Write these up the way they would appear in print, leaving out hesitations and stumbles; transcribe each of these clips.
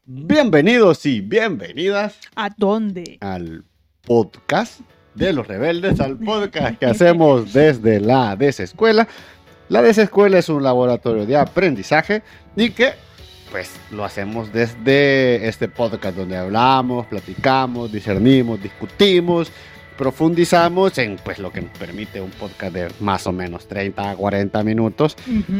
Bienvenidos y bienvenidas. ¿A dónde? Al podcast de los rebeldes, al podcast que hacemos desde la Desescuela. La Desescuela es un laboratorio de aprendizaje y que pues lo hacemos desde este podcast donde hablamos, platicamos, discernimos, discutimos, profundizamos en pues lo que nos permite un podcast de más o menos 30 a 40 minutos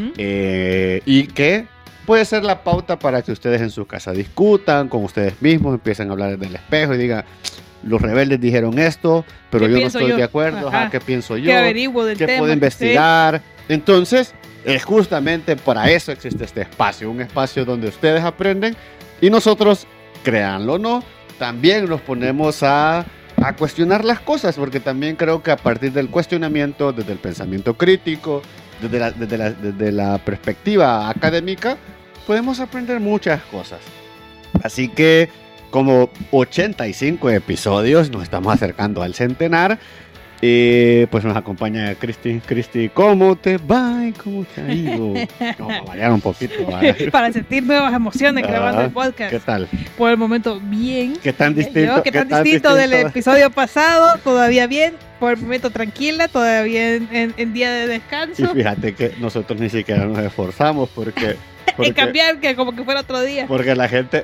y que puede ser la pauta para que ustedes en su casa discutan con ustedes mismos, empiecen a hablar del espejo y digan, los rebeldes dijeron esto, pero yo no estoy de acuerdo, ¿qué pienso yo? ¿Qué averiguo del tema? ¿Qué puedo investigar? Sí. Entonces, justamente para eso existe este espacio, un espacio donde ustedes aprenden y nosotros, créanlo o no, también nos ponemos a cuestionar las cosas, porque también creo que a partir del cuestionamiento, desde el pensamiento crítico, desde la perspectiva académica, podemos aprender muchas cosas. Así que, como 85 episodios, nos estamos acercando al centenar. Y pues nos acompaña Cristi. Cristi, ¿cómo te va? ¿Cómo te ha ido? Vamos a variar un poquito, ¿vale? Para sentir nuevas emociones grabando el podcast. ¿Qué tal? Por el momento, bien. ¿Qué tan distinto? ¿Qué tan distinto del episodio pasado? Todavía bien. Por el momento, tranquila. Todavía en día de descanso. Y fíjate que nosotros ni siquiera nos esforzamos porque en cambiar, que como que fuera otro día. Porque la gente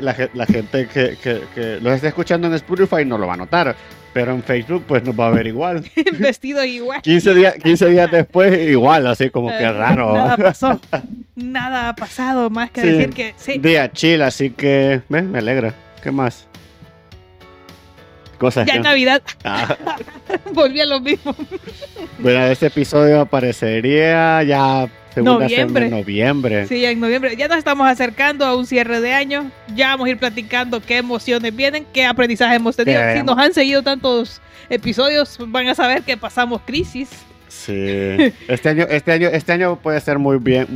que los está escuchando en Spotify no lo va a notar. Pero en Facebook pues nos va a ver igual. Vestido igual. 15 días después igual, así como que raro. Nada pasó. Nada ha pasado, más que decir que sí. Día chill, así que me alegra. ¿Qué más? Cosas ya que... Navidad. Volví a lo mismo. Bueno, este episodio aparecería ya segunda semana de noviembre. Sí, en noviembre. Ya nos estamos acercando a un cierre de año. Ya vamos a ir platicando qué emociones vienen, qué aprendizaje hemos tenido. Si nos han seguido tantos episodios, van a saber que pasamos crisis. Sí. Este año puede ser un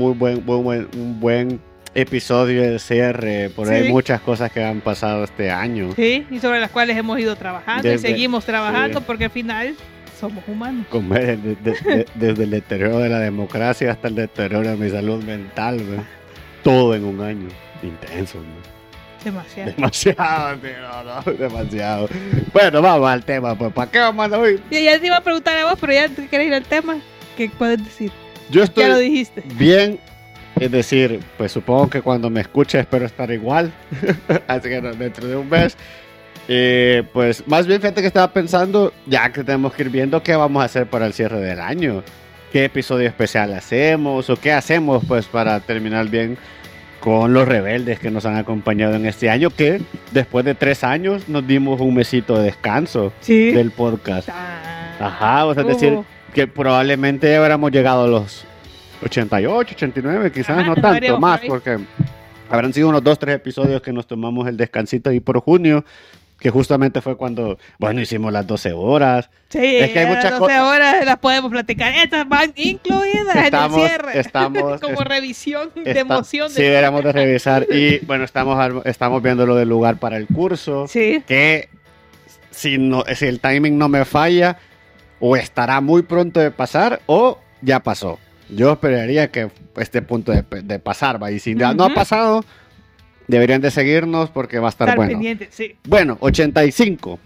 buen episodio de cierre. Por ahí hay muchas cosas que han pasado este año. Sí, y sobre las cuales hemos ido trabajando y seguimos trabajando porque al final somos humanos. Desde el deterioro de la democracia hasta el deterioro de mi salud mental, ¿no? Todo en un año. Intenso, ¿no? Demasiado, tío, demasiado. Bueno, vamos al tema, pues. ¿Para qué vamos a hoy? Ya te iba a preguntar a vos, pero ya te querés ir al tema. ¿Qué puedes decir? Yo estoy ya lo dijiste. Bien, es decir, pues supongo que cuando me escuche espero estar igual. Así que dentro de un mes. Pues más bien fíjate que estaba pensando, ya que tenemos que ir viendo qué vamos a hacer para el cierre del año, qué episodio especial hacemos o qué hacemos pues para terminar bien con los rebeldes que nos han acompañado en este año, que después de 3 años nos dimos un mesito de descanso del podcast. Ajá, o sea, es decir, que probablemente hubiéramos llegado a los 88, 89, quizás no tanto más, porque habrán sido unos 2-3 episodios que nos tomamos el descansito ahí por junio, que justamente fue cuando, hicimos las 12 horas. Sí, es que hay muchas cosas. 12 horas las podemos platicar. Estas van incluidas en el cierre. Como revisión de emoción. Sí, deberíamos de revisar. Y bueno, estamos viendo lo del lugar para el curso. Sí. Que si el timing no me falla, o estará muy pronto de pasar, o ya pasó. Yo esperaría que esté a punto de pasar, ¿va? Y si no ha pasado, deberían de seguirnos porque va a estar bueno. Pendiente, sí. Bueno, 85.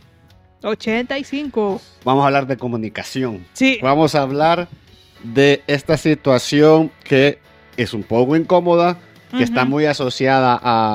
Vamos a hablar de comunicación. Sí. Vamos a hablar de esta situación que es un poco incómoda, que está muy asociada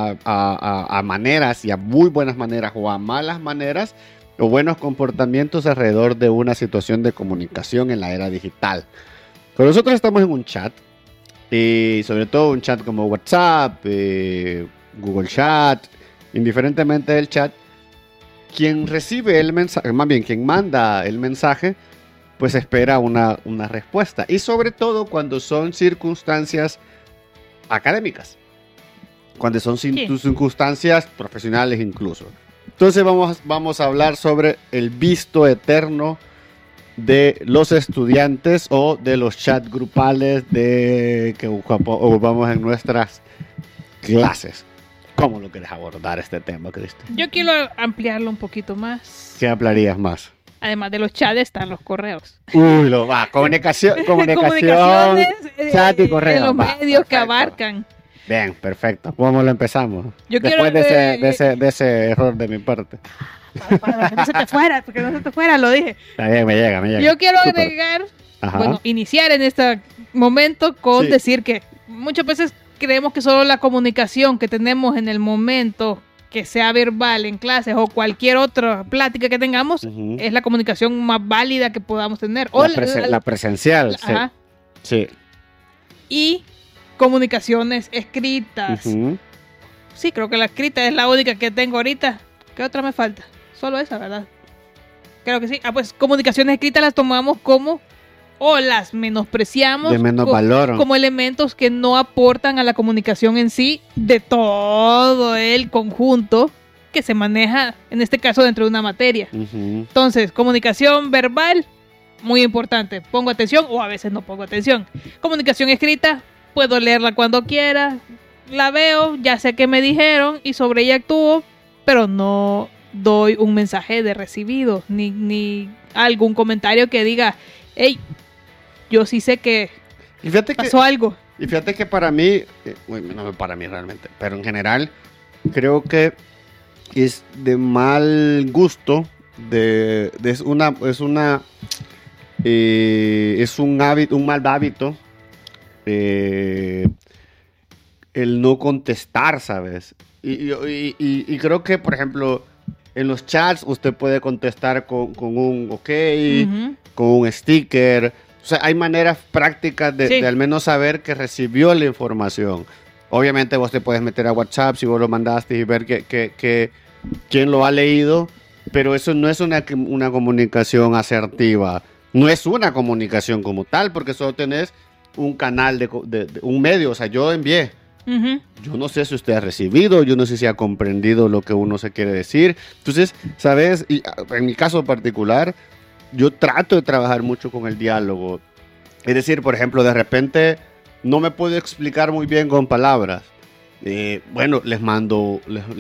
a maneras y a muy buenas maneras o a malas maneras o buenos comportamientos alrededor de una situación de comunicación en la era digital. Pero nosotros estamos en un chat, y sobre todo un chat como WhatsApp, Google Chat, indiferentemente del chat, quien recibe el mensaje, más bien quien manda el mensaje, pues espera una respuesta. Y sobre todo cuando son circunstancias académicas, cuando son circunstancias profesionales incluso. Entonces vamos a hablar sobre el visto eterno de los estudiantes o de los chats grupales que ocupamos en nuestras clases. ¿Cómo lo quieres abordar este tema, Cristian? Yo quiero ampliarlo un poquito más. ¿Qué ampliarías más? Además de los chats están los correos. Comunicación, chat y correo. Los medios que abarcan Bien, perfecto. ¿Cómo lo empezamos? Yo Después quiero de ese error de mi parte. para que no se te fuera, porque no se te fuera, lo dije. Está bien, me llega. Yo quiero Súper. agregar, Ajá. bueno, iniciar en este momento con Sí. decir que muchas veces creemos que solo la comunicación que tenemos en el momento, que sea verbal en clases o cualquier otra plática que tengamos, Ujú. es la comunicación más válida que podamos tener. La presencial, sí. Ajá. Sí. Y comunicaciones escritas. Ujú. Sí, creo que la escrita es la única que tengo ahorita. ¿Qué otra me falta? Solo esa, ¿verdad? Creo que sí. Pues comunicaciones escritas las tomamos como o las menospreciamos De menos valor. como elementos que no aportan a la comunicación en sí de todo el conjunto que se maneja, en este caso, dentro de una materia. Ujú. Entonces, comunicación verbal, muy importante. Pongo atención o a veces no pongo atención. Comunicación escrita, puedo leerla cuando quiera, la veo, ya sé qué me dijeron y sobre ella actúo, pero no doy un mensaje de recibido, ni algún comentario que diga, hey, yo sí sé que Y fíjate pasó algo. Y fíjate que para mí, no para mí realmente, pero en general creo que es de mal gusto, es un hábito, un mal hábito, el no contestar, ¿sabes? Y creo que, por ejemplo, en los chats usted puede contestar con un ok, Ujú. con un sticker. O sea, hay maneras prácticas Sí. de al menos saber que recibió la información. Obviamente vos te puedes meter a WhatsApp si vos lo mandaste y ver quién lo ha leído, pero eso no es una comunicación asertiva. No es una comunicación como tal, porque solo tenés un canal de un medio. O sea, yo envié. Ujú. Yo no sé si usted ha recibido, yo no sé si ha comprendido lo que uno se quiere decir. Entonces, ¿sabes? Y en mi caso particular, yo trato de trabajar mucho con el diálogo. Es decir, por ejemplo, de repente no me puedo explicar muy bien con palabras. Bueno, les mando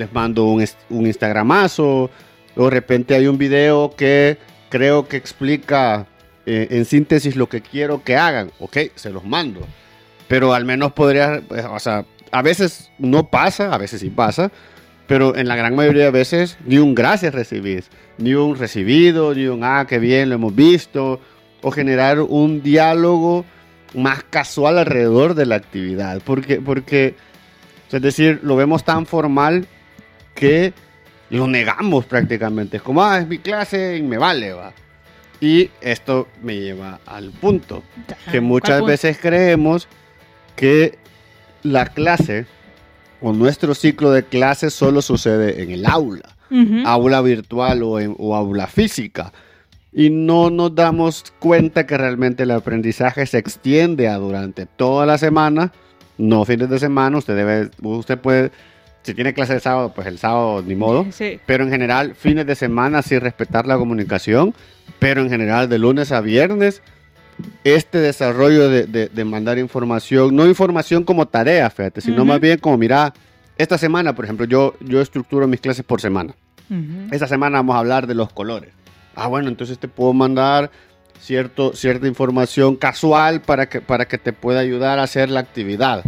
un Instagramazo, o de repente hay un video que creo que explica en síntesis lo que quiero que hagan. Ok, se los mando. Pero al menos podría, o sea, a veces no pasa, a veces sí pasa, pero en la gran mayoría de veces ni un gracias recibís, ni un recibido, ni un qué bien, lo hemos visto, o generar un diálogo más casual alrededor de la actividad, porque es decir, lo vemos tan formal que lo negamos prácticamente, es como, es mi clase y me vale, va. Y esto me lleva al punto, que muchas veces creemos que la clase o nuestro ciclo de clases solo sucede en el aula, aula virtual o aula física, y no nos damos cuenta que realmente el aprendizaje se extiende a durante toda la semana, no fines de semana. Usted puede, si tiene clase el sábado, pues el sábado ni modo, Sí. pero en general fines de semana sí respetar la comunicación, pero en general de lunes a viernes este desarrollo de mandar información, no información como tarea, fíjate, sino más bien como, mira, esta semana, por ejemplo, yo estructuro mis clases por semana. Esta semana vamos a hablar de los colores. Bueno, entonces te puedo mandar cierta información casual para que te pueda ayudar a hacer la actividad.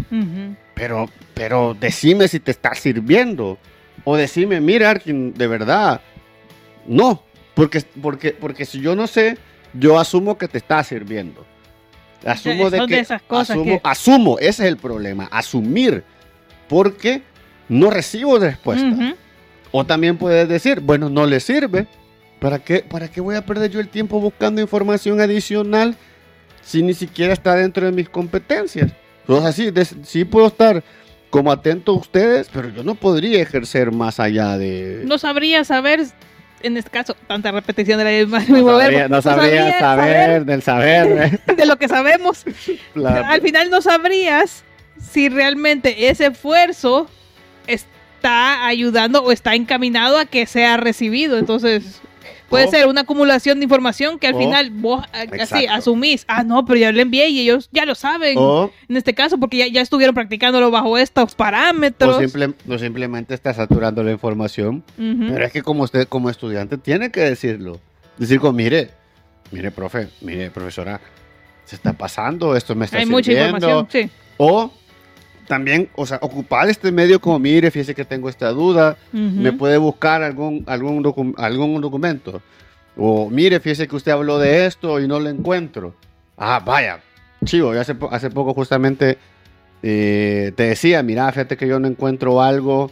Pero decime si te está sirviendo. O decime, mira, Arkin, de verdad, no. Porque si yo no sé, yo asumo que te está sirviendo. Asumo Son de esas cosas asumo, ese es el problema, asumir, porque no recibo respuesta. O también puedes decir, bueno, no le sirve. ¿Para qué voy a perder yo el tiempo buscando información adicional si ni siquiera está dentro de mis competencias? Entonces, sí puedo estar como atento a ustedes, pero yo no podría ejercer más allá de... No sabría saber, en este caso, tanta repetición de la misma No sabría saber del saber. de lo que sabemos. Al final no sabrías si realmente ese esfuerzo está ayudando o está encaminado a que sea recibido. Entonces, puede ser una acumulación de información que al final vos así asumís. No, pero ya lo envié y ellos ya lo saben. En este caso, porque ya estuvieron practicándolo bajo estos parámetros. O simplemente está saturando la información. Pero es que como usted, como estudiante, tiene que decirlo. Decir como, mire, profe, mire, profesora, se está pasando, esto me está sirviendo. Hay mucha información, sí. O también, o sea, ocupar este medio como, mire, fíjese que tengo esta duda, me puede buscar algún documento. O, mire, fíjese que usted habló de esto y no lo encuentro. Ah, vaya, chivo, yo hace poco justamente te decía, mira, fíjate que yo no encuentro algo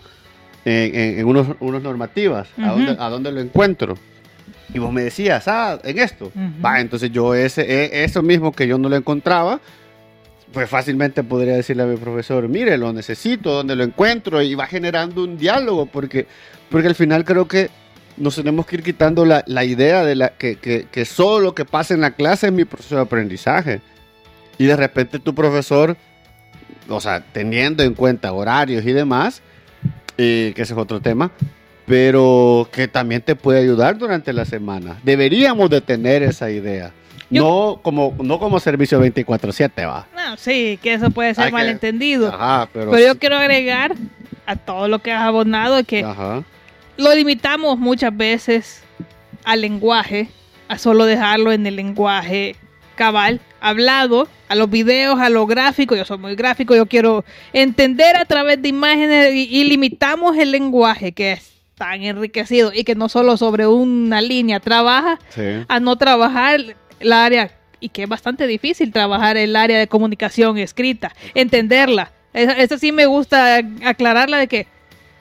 en unos normativas. ¿A dónde lo encuentro? Y vos me decías, en esto. Va, entonces yo eso mismo que yo no lo encontraba, pues fácilmente podría decirle a mi profesor, mire, lo necesito, ¿dónde lo encuentro? Y va generando un diálogo, porque al final creo que nos tenemos que ir quitando la idea de que solo lo que pasa en la clase es mi proceso de aprendizaje. Y de repente tu profesor, o sea, teniendo en cuenta horarios y demás, que ese es otro tema, pero que también te puede ayudar durante la semana. Deberíamos de tener esa idea. No como servicio 24/7, va. No, sí, que eso puede ser malentendido. Pero yo quiero agregar a todo lo que has abonado que lo limitamos muchas veces al lenguaje, a solo dejarlo en el lenguaje cabal, hablado, a los videos, a lo gráfico. Yo soy muy gráfico, yo quiero entender a través de imágenes y limitamos el lenguaje que es tan enriquecido y que no solo sobre una línea trabaja, a no trabajar el área, y que es bastante difícil trabajar el área de comunicación escrita, entenderla. Eso sí me gusta aclararla, de que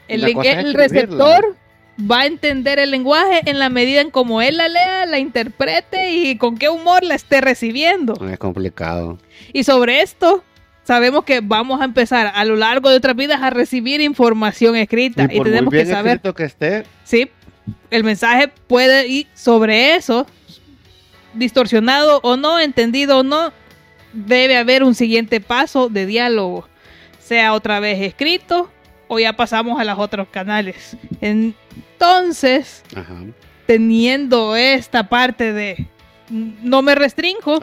el receptor va a entender el lenguaje en la medida en como él la lea, la interprete y con qué humor la esté recibiendo. Es complicado. Y sobre esto, sabemos que vamos a empezar a lo largo de otras vidas a recibir información escrita. Y tenemos que saber que esté, sí, el mensaje puede ir sobre eso, distorsionado o no, entendido o no, debe haber un siguiente paso de diálogo, sea otra vez escrito o ya pasamos a los otros canales. Entonces, teniendo esta parte de no me restrinjo,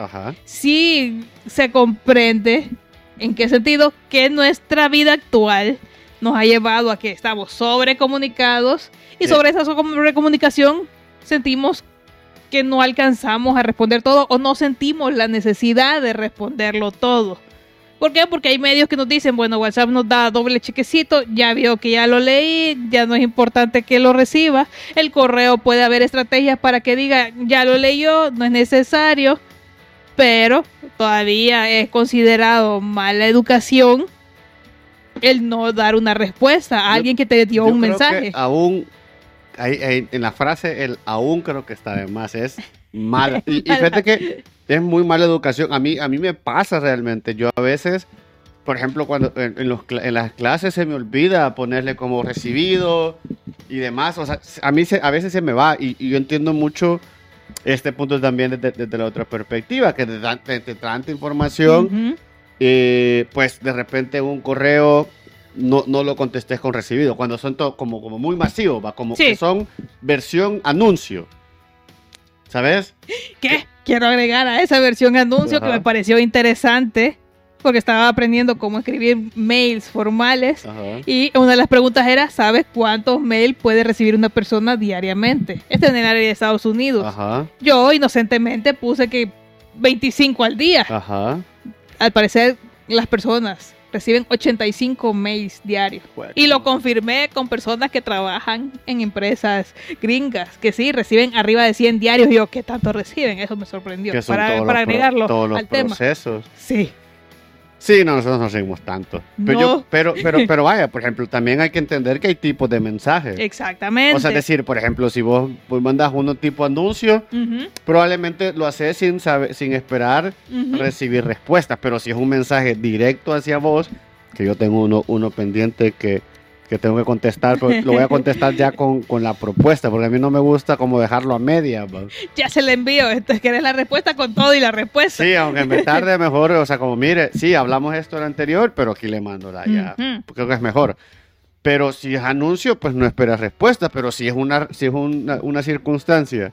sí se comprende en qué sentido que nuestra vida actual nos ha llevado a que estamos sobrecomunicados y sobre esa sobrecomunicación sentimos que no alcanzamos a responder todo o no sentimos la necesidad de responderlo todo. ¿Por qué? Porque hay medios que nos dicen, bueno, WhatsApp nos da doble chequecito, ya vio que ya lo leí, ya no es importante que lo reciba. El correo puede haber estrategias para que diga, ya lo leyó, no es necesario, pero todavía es considerado mala educación el no dar una respuesta a alguien que te dio un mensaje. Aún, en la frase, el aún creo que está de más, es mala. Y fíjate que es muy mala educación. A mí me pasa realmente. Yo a veces, por ejemplo, cuando en las clases se me olvida ponerle como recibido y demás. O sea, a veces se me va. Y yo entiendo mucho este punto también desde la otra perspectiva, que de tanta información, pues de repente un correo no lo contestes con recibido. Cuando son como muy masivos, ¿va? Como que son versión anuncio. ¿Sabes? ¿Qué? Quiero agregar a esa versión anuncio que me pareció interesante, porque estaba aprendiendo cómo escribir mails formales. Y una de las preguntas era, ¿sabes cuántos mails puede recibir una persona diariamente? En el área de Estados Unidos. Yo inocentemente puse que 25 al día. Al parecer las personas reciben 85 mails diarios. Y lo confirmé con personas que trabajan en empresas gringas, que sí, reciben arriba de 100 diarios. Y yo, ¿qué tanto reciben? Eso me sorprendió. Para agregarlo todos los al tema. Procesos. Sí. Sí, no, nosotros no seguimos tanto. Pero vaya, por ejemplo, también hay que entender que hay tipos de mensajes. Exactamente. O sea, es decir, por ejemplo, si vos mandas uno tipo anuncio, probablemente lo haces sin esperar recibir respuestas. Pero si es un mensaje directo hacia vos, que yo tengo uno pendiente que tengo que contestar, pero lo voy a contestar ya con la propuesta, porque a mí no me gusta como dejarlo a media. Ya se le envío, entonces querés la respuesta con todo y la respuesta. Sí, aunque me tarde mejor, o sea, como mire, sí, hablamos esto en el anterior, pero aquí le mando la ya, creo que es mejor. Pero si es anuncio, pues no esperas respuesta, pero si es una circunstancia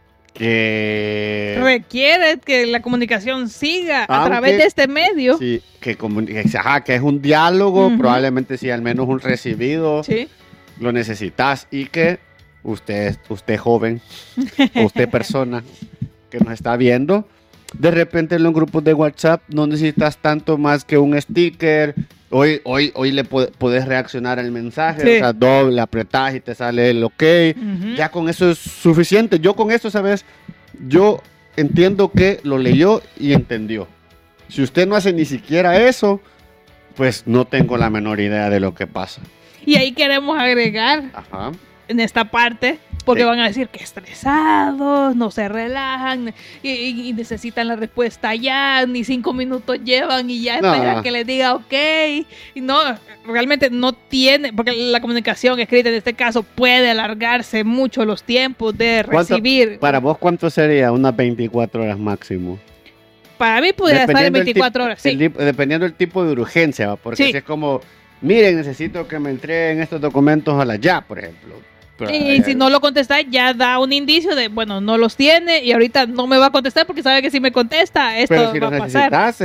que requiere que la comunicación siga a través de este medio. Sí, que es un diálogo, probablemente sí, al menos un recibido, lo necesitas, y que usted joven, o usted persona que nos está viendo, de repente en los grupos de WhatsApp no necesitas tanto más que un sticker, Hoy le puedes reaccionar al mensaje, Sí. o sea, doble, apretás y te sale el ok. Ya con eso es suficiente. Yo con eso, ¿sabes? Yo entiendo que lo leyó y entendió. Si usted no hace ni siquiera eso, pues no tengo la menor idea de lo que pasa. Y ahí queremos agregar Ajá. en esta parte, porque Sí. van a decir que estresados, no se relajan y necesitan la respuesta ya, ni 5 minutos llevan y ya No. esperan que les diga ok. Y no, realmente no tiene, porque la comunicación escrita en este caso puede alargarse mucho los tiempos de ¿Cuánto- recibir. Para vos, ¿cuánto sería? Unas 24 horas máximo. Para mí pudiera estar en Dependiendo el 24 horas, sí. Dependiendo del tipo de urgencia, ¿va? Porque Sí. si es como, miren, necesito que me entreguen estos documentos a la ya, por ejemplo. Pero, Y si no lo contesta, ya da un indicio de, bueno, no los tiene y ahorita no me va a contestar porque sabe que si me contesta, esto pero si va lo a pasar. necesitas,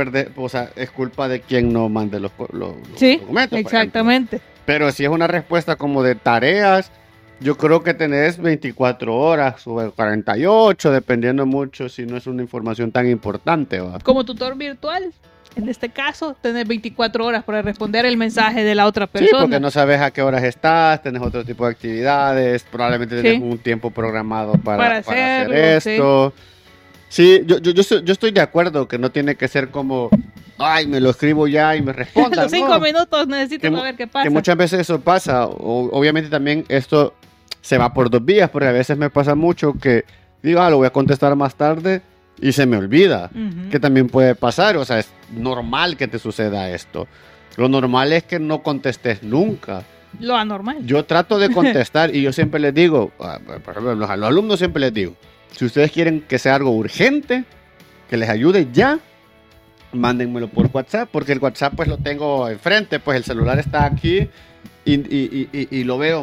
o sea, es culpa de quien no mande los Sí, documentos. por exactamente. ejemplo. Pero si es una respuesta como de tareas, yo creo que tenés 24 horas o 48, dependiendo mucho si no es una información tan importante, ¿va? Como tutor virtual, en este caso, tenés 24 horas para responder el mensaje de la otra Sí, persona. porque no sabes a qué horas estás, tenés otro tipo de actividades, probablemente tenés Sí. un tiempo programado para Para hacer hacerlo, esto. Sí, yo estoy de acuerdo que no tiene que ser como, ay, me lo escribo ya y me responda. Los 5 minutos necesito Que mu- saber qué pasa. Que muchas veces eso pasa. Obviamente también esto se va por 2 vías, porque a veces me pasa mucho que digo, lo voy a contestar más tarde y se me olvida. Ujú. Que también puede pasar, o sea, es normal que te suceda esto. Lo normal es que no contestes nunca. Lo anormal. Yo trato de contestar y yo siempre les digo, por ejemplo, a los alumnos siempre les digo, si ustedes quieren que sea algo urgente, que les ayude ya, mándenmelo por WhatsApp, porque el WhatsApp pues lo tengo enfrente, pues el celular está aquí y lo veo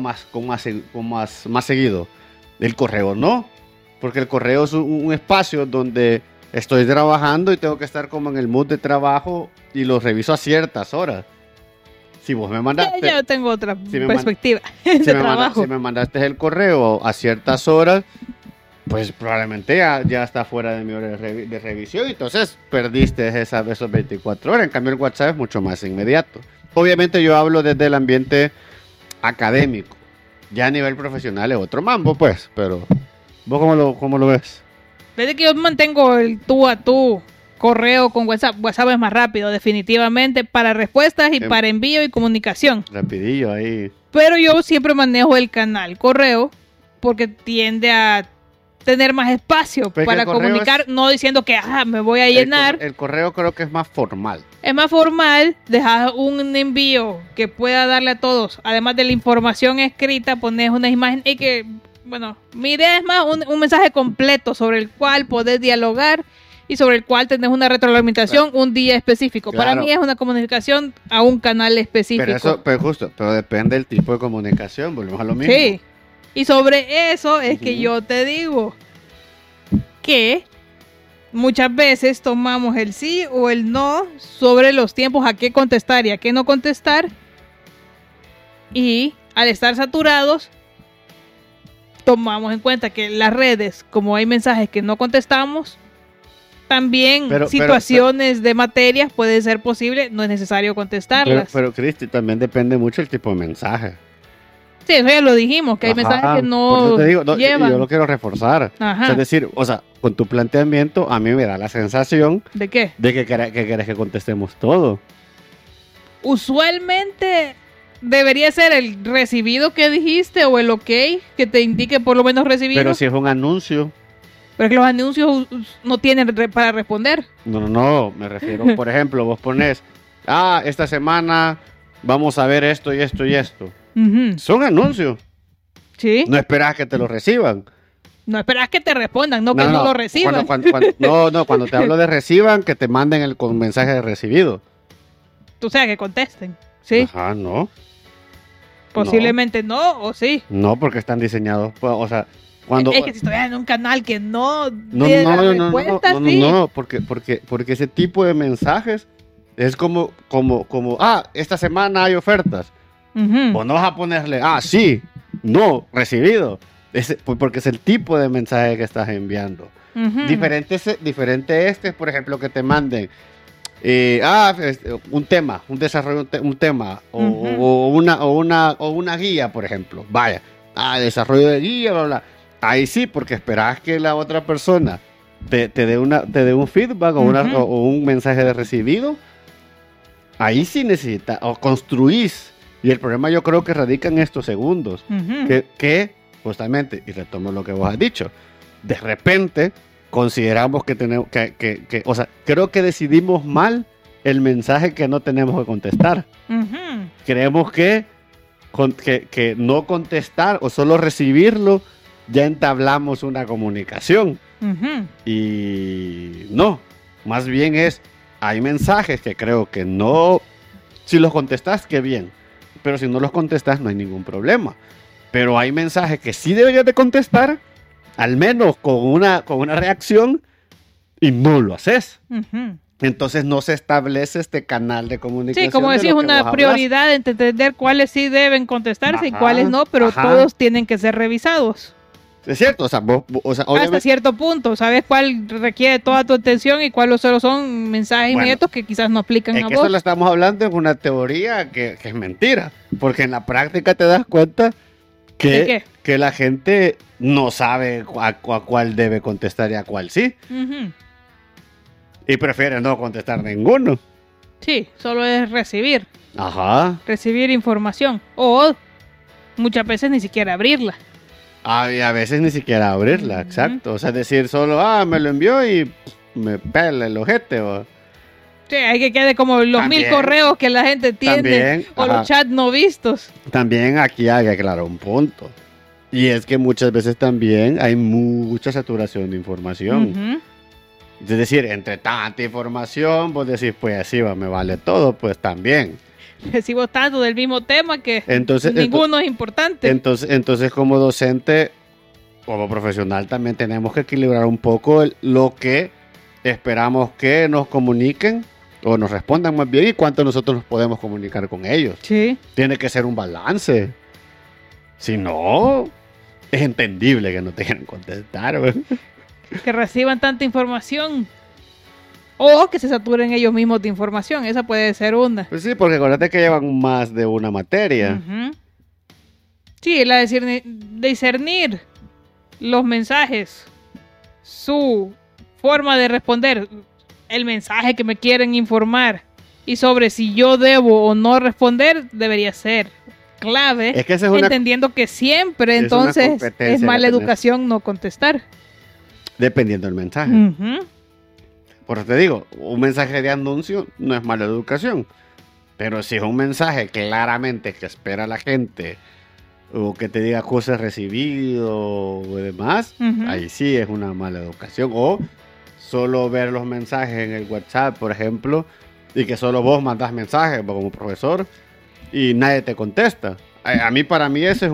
más seguido. El correo no, porque el correo es un espacio donde estoy trabajando y tengo que estar como en el mood de trabajo y lo reviso a ciertas horas. Si vos me mandaste... Ya tengo otra Si me perspectiva si de me, trabajo. si me mandaste el correo a ciertas horas, pues probablemente ya está fuera de mi hora de revisión. Entonces perdiste esos 24 horas. En cambio, el WhatsApp es mucho más inmediato. Obviamente, yo hablo desde el ambiente académico. Ya a nivel profesional es otro mambo, pues. Pero, ¿vos cómo lo ves? Desde que yo mantengo el tú a tú correo con WhatsApp, WhatsApp es más rápido, definitivamente, para respuestas y para envío y comunicación. Rapidillo ahí. Pero yo siempre manejo el canal correo porque tiende a tener más espacio Pero para el correo comunicar, no diciendo que me voy a llenar. El correo creo que es más formal. Es más formal, dejar un envío que pueda darle a todos, además de la información escrita, pones una imagen y que, bueno, mi idea es más un mensaje completo sobre el cual podés dialogar y sobre el cual tenés una retroalimentación un día específico. Claro. Para mí es una comunicación a un canal específico. Pero depende del tipo de comunicación, volvemos a lo mismo. Sí. Y sobre eso es que yo te digo que muchas veces tomamos el sí o el no sobre los tiempos a qué contestar y a qué no contestar. Y al estar saturados, tomamos en cuenta que las redes, como hay mensajes que no contestamos, también situaciones de materias puede ser posible, no es necesario contestarlas. Pero Cristi, también depende mucho el tipo de mensaje. Sí, eso ya lo dijimos, que hay mensajes que no llevan. Yo lo quiero reforzar. Ajá. O sea, es decir, con tu planteamiento, a mí me da la sensación ¿De qué? de que querés que contestemos todo. Usualmente debería ser el recibido que dijiste o el ok que te indique por lo menos recibido. Pero si es un anuncio. Pero es que los anuncios no tienen para responder. No, me refiero, por ejemplo, vos pones, esta semana vamos a ver esto y esto y esto. Uh-huh. Son anuncios. Sí. No esperas que te lo reciban. No esperas que te respondan, no que no lo reciban. Cuando te hablo de reciban, que te manden con mensaje de recibido. O sea, que contesten. Sí. Ajá, no. Posiblemente no, o sí. No, porque están diseñados, o sea, cuando... Es que si estoy en un canal que no respuesta, sí. No, porque ese tipo de mensajes es como, esta semana hay ofertas. Uh-huh. O no vas a ponerle, sí, no, recibido. Porque es el tipo de mensaje que estás enviando. Uh-huh. Diferente por ejemplo, que te manden, Un tema, un desarrollo, un tema, o una guía, por ejemplo. Vaya, desarrollo de guía, bla, bla. Ahí sí, porque esperas que la otra persona te dé un feedback o un mensaje de recibido. Ahí sí necesitas, o construís. Y el problema yo creo que radica en estos segundos. Que justamente, y retomo lo que vos has dicho, de repente consideramos que tenemos o sea, creo que decidimos mal el mensaje que no tenemos que contestar. Creemos que no contestar o solo recibirlo ya entablamos una comunicación. Y no, más bien hay mensajes que creo que no, si los contestas, qué bien, pero si no los contestas no hay ningún problema. Pero hay mensajes que sí deberías de contestar, al menos con una reacción, y no lo haces. Entonces no se establece este canal de comunicación. Sí, como decís, una prioridad de entender cuáles sí deben contestarse y cuáles no, pero todos tienen que ser revisados. Es cierto, o sea, hasta cierto punto, sabes cuál requiere toda tu atención y cuáles solo son mensajes inmediatos que quizás no aplican a vos. Eso lo estamos hablando en una teoría que es mentira, porque en la práctica te das cuenta que la gente no sabe a cuál debe contestar y a cuál sí. Y prefiere no contestar ninguno. Sí, solo es recibir. Recibir información. O muchas veces ni siquiera abrirla. Y a veces ni siquiera abrirla, exacto. O sea, decir solo, me lo envió y me pela el ojete. Sí, hay que quede como los 1000 correos que la gente tiene o los chats no vistos. También aquí hay que aclarar un punto. Y es que muchas veces también hay mucha saturación de información. Es decir, entre tanta información, vos decís, pues así me vale todo, pues también. Recibo tanto del mismo tema que ninguno es importante. Entonces, como docente, como profesional, también tenemos que equilibrar un poco lo que esperamos que nos comuniquen o nos respondan más bien y cuánto nosotros nos podemos comunicar con ellos. Sí. Tiene que ser un balance. Si no, es entendible que no te quieran contestar, ¿verdad? Que reciban tanta información o que se saturen ellos mismos de información. Esa puede ser una. Pues sí, porque acuérdate que llevan más de una materia. Sí, la de discernir los mensajes, su forma de responder, el mensaje que me quieren informar y sobre si yo debo o no responder debería ser clave, es que entendiendo que siempre entonces es mala educación no contestar. Dependiendo del mensaje. Por eso te digo, un mensaje de anuncio no es mala educación. Pero si es un mensaje claramente que espera a la gente o que te diga cosas recibido o demás, ahí sí es una mala educación. O solo ver los mensajes en el WhatsApp, por ejemplo, y que solo vos mandás mensajes como profesor y nadie te contesta. Para mí eso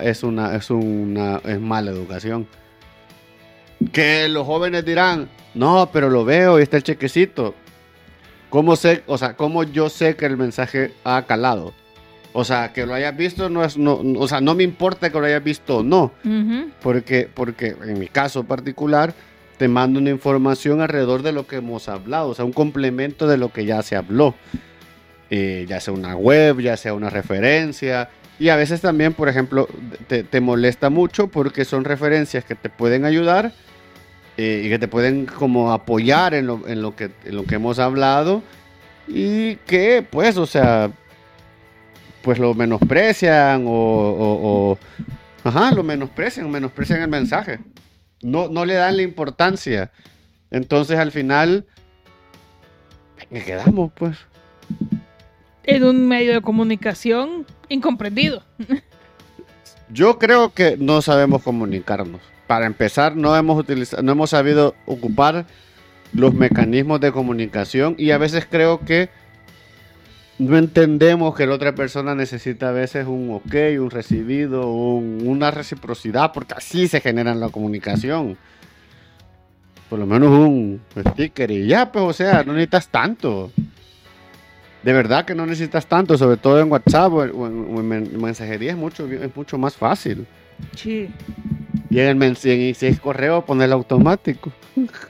es mala educación. Que los jóvenes dirán, no, pero lo veo y está el chequecito. ¿Cómo yo sé que el mensaje ha calado? O sea, que lo hayas visto no me importa que lo hayas visto o no. Porque en mi caso particular te mando una información alrededor de lo que hemos hablado, o sea, un complemento de lo que ya se habló. Ya sea una web, ya sea una referencia. Y a veces también, por ejemplo, te molesta mucho porque son referencias que te pueden ayudar y que te pueden como apoyar en lo que hemos hablado y que, pues, o sea, pues lo menosprecian lo menosprecian el mensaje. No le dan la importancia. Entonces, al final, ¿qué quedamos, pues? En un medio de comunicación incomprendido. Yo creo que no sabemos comunicarnos. Para empezar, no hemos sabido ocupar los mecanismos de comunicación y a veces creo que no entendemos que la otra persona necesita a veces un ok, un recibido, una reciprocidad, porque así se genera la comunicación. Por lo menos un sticker y ya, pues, o sea, no necesitas tanto. De verdad que no necesitas tanto, sobre todo en WhatsApp o en mensajería es mucho más fácil. Sí. Y si es correo, ponerlo automático.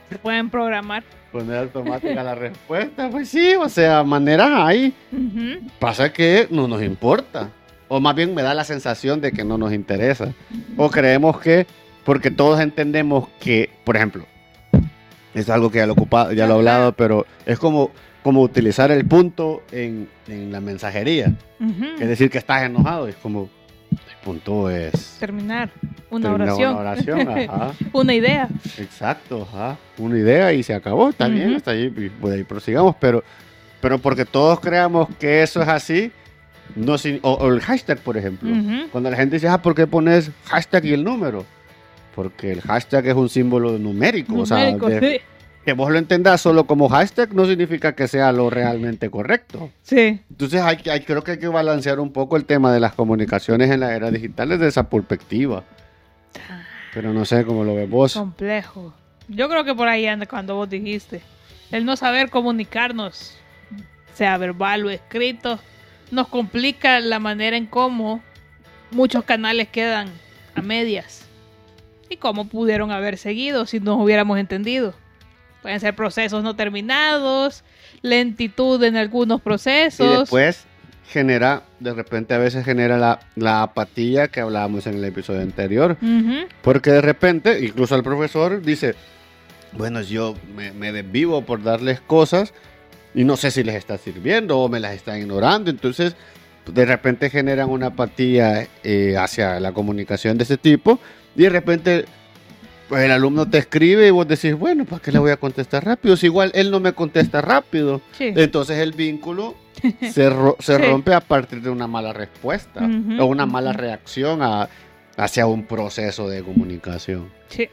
Se pueden programar. Poner automática la respuesta. Pues sí, o sea, maneras hay. Pasa que no nos importa. O más bien me da la sensación de que no nos interesa. O creemos que, porque todos entendemos que, por ejemplo, es algo que ya lo he hablado, pero es como utilizar el punto en la mensajería. Es decir, que estás enojado. Es como, el punto es... Terminar una oración. Ajá. Una idea. Exacto, ajá. Una idea y se acabó. Está bien, hasta ahí, y pues ahí prosigamos. Pero porque todos creamos que eso es así, no, o el hashtag, por ejemplo. Cuando la gente dice, ¿por qué pones hashtag y el número? Porque el hashtag es un símbolo numérico. O sea, sí. Que vos lo entendás solo como hashtag no significa que sea lo realmente correcto. Sí. Entonces creo que hay que balancear un poco el tema de las comunicaciones en la era digital desde esa perspectiva. Pero no sé cómo lo ves vos. Complejo. Yo creo que por ahí anda cuando vos dijiste. El no saber comunicarnos, sea verbal o escrito, nos complica la manera en cómo muchos canales quedan a medias. Y cómo pudieron haber seguido si nos hubiéramos entendido. Pueden ser procesos no terminados, lentitud en algunos procesos. Y después de repente a veces genera la apatía que hablábamos en el episodio anterior. Porque de repente, incluso el profesor dice, bueno, yo me desvivo por darles cosas y no sé si les está sirviendo o me las están ignorando. Entonces, de repente generan una apatía hacia la comunicación de ese tipo y de repente... Pues el alumno te escribe y vos decís, bueno, ¿para qué le voy a contestar rápido? Si igual él no me contesta rápido. Sí. Entonces el vínculo se rompe a partir de una mala respuesta o una mala reacción hacia un proceso de comunicación. Sí.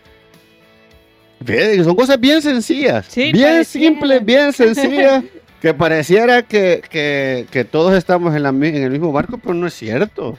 Son cosas bien sencillas, bien simples, bien sencillas, que pareciera que todos estamos en el mismo barco, pero no es cierto.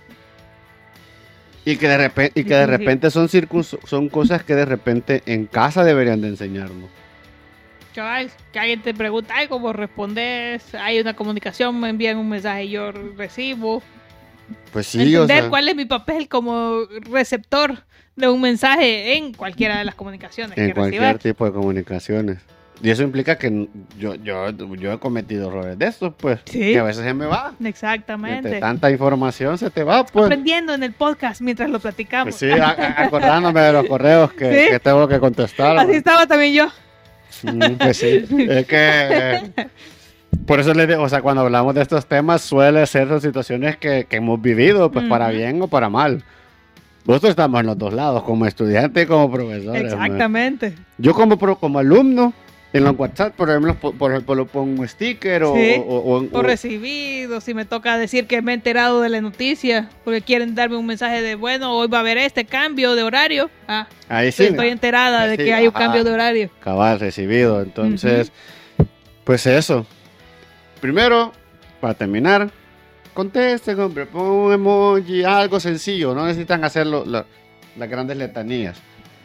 Y que de repente son cosas que de repente en casa deberían de enseñarnos. Chaval, que alguien te pregunta algo, vos respondes, hay una comunicación, me envían un mensaje y yo recibo. Pues sí, entender cuál es mi papel como receptor de un mensaje en cualquiera de las comunicaciones. En cualquier tipo de comunicaciones. Y eso implica que yo he cometido errores de estos, pues, que a veces se me va. Exactamente. De tanta información se te va, pues. Aprendiendo en el podcast mientras lo platicamos. Pues sí, acordándome de los correos que tengo que contestar. Así estaba también yo. Pues sí, es que... por eso les digo, o sea, cuando hablamos de estos temas suele ser situaciones que hemos vivido, pues, para bien o para mal. Nosotros estamos en los dos lados, como estudiante y como profesores. Exactamente. ¿No? Yo como alumno, en los WhatsApp, por ejemplo, lo pongo un sticker o recibido, si me toca decir que me he enterado de la noticia, porque quieren darme un mensaje de, bueno, hoy va a haber este cambio de horario. Ahí sí. Estoy enterada de que hay un cambio de horario. Cabal, recibido. Entonces, pues eso. Primero, para terminar, contesten, hombre, pongan un emoji, algo sencillo, no necesitan hacer las grandes letanías.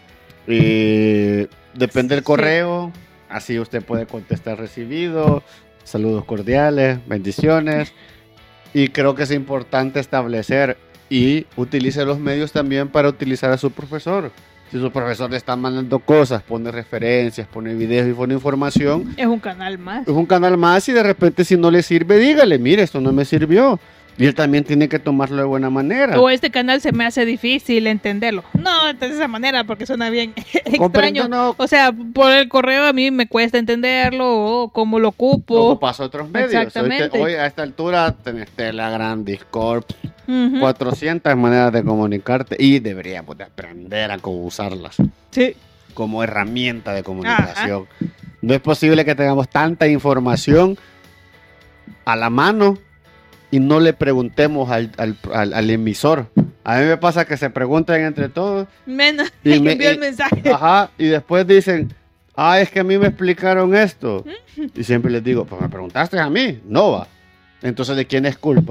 Y depende del correo. Así usted puede contestar recibido, saludos cordiales, bendiciones. Y creo que es importante establecer y utilice los medios también para utilizar a su profesor. Si su profesor le está mandando cosas, pone referencias, pone videos y pone información. Es un canal más. Es un canal más y de repente si no le sirve, dígale, mire, esto no me sirvió. Y él también tiene que tomarlo de buena manera. O este canal se me hace difícil entenderlo. No, de esa manera, porque suena bien extraño. No. O sea, por el correo a mí me cuesta entenderlo, o cómo lo ocupo. Como pasa a otros medios. Exactamente. Hoy a esta altura tenés Telegram, Discord, 400 maneras de comunicarte y deberíamos de aprender a cómo usarlas. Sí. Como herramienta de comunicación. Ajá. No es posible que tengamos tanta información a la mano y no le preguntemos al emisor. A mí me pasa que se preguntan entre todos. Menos, y envió el mensaje. Ajá, y después dicen, es que a mí me explicaron esto. Y siempre les digo, pues me preguntaste a mí, no va. Entonces, ¿de quién es culpa?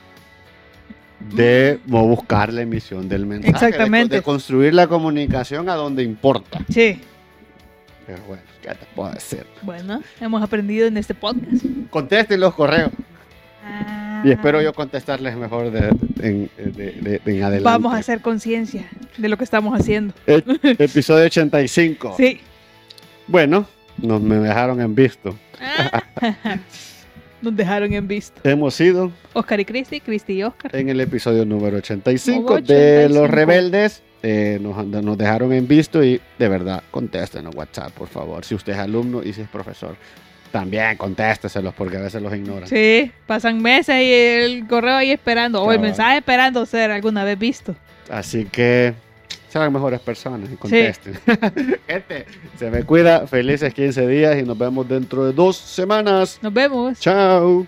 De buscar la emisión del mensaje. Exactamente. De construir la comunicación a donde importa. Sí. Pero bueno, ¿qué te puedo decir? Bueno, hemos aprendido en este podcast. Contesten los correos. Y espero yo contestarles mejor en adelante. Vamos a hacer conciencia de lo que estamos haciendo. Episodio 85. Sí. Bueno, me dejaron en visto. Nos dejaron en visto. Hemos ido Oscar y Cristi y Oscar. En el episodio número 85 de Los Rebeldes. Nos dejaron en visto y de verdad, contesten en WhatsApp, por favor. Si usted es alumno y si es profesor, también contésteselos porque a veces los ignoran. Sí, pasan meses y el correo ahí esperando, o el mensaje esperando ser alguna vez visto. Así que sean mejores personas y contesten. Sí. Gente, se me cuida. Felices 15 días y nos vemos dentro de 2 semanas. Nos vemos. Chao.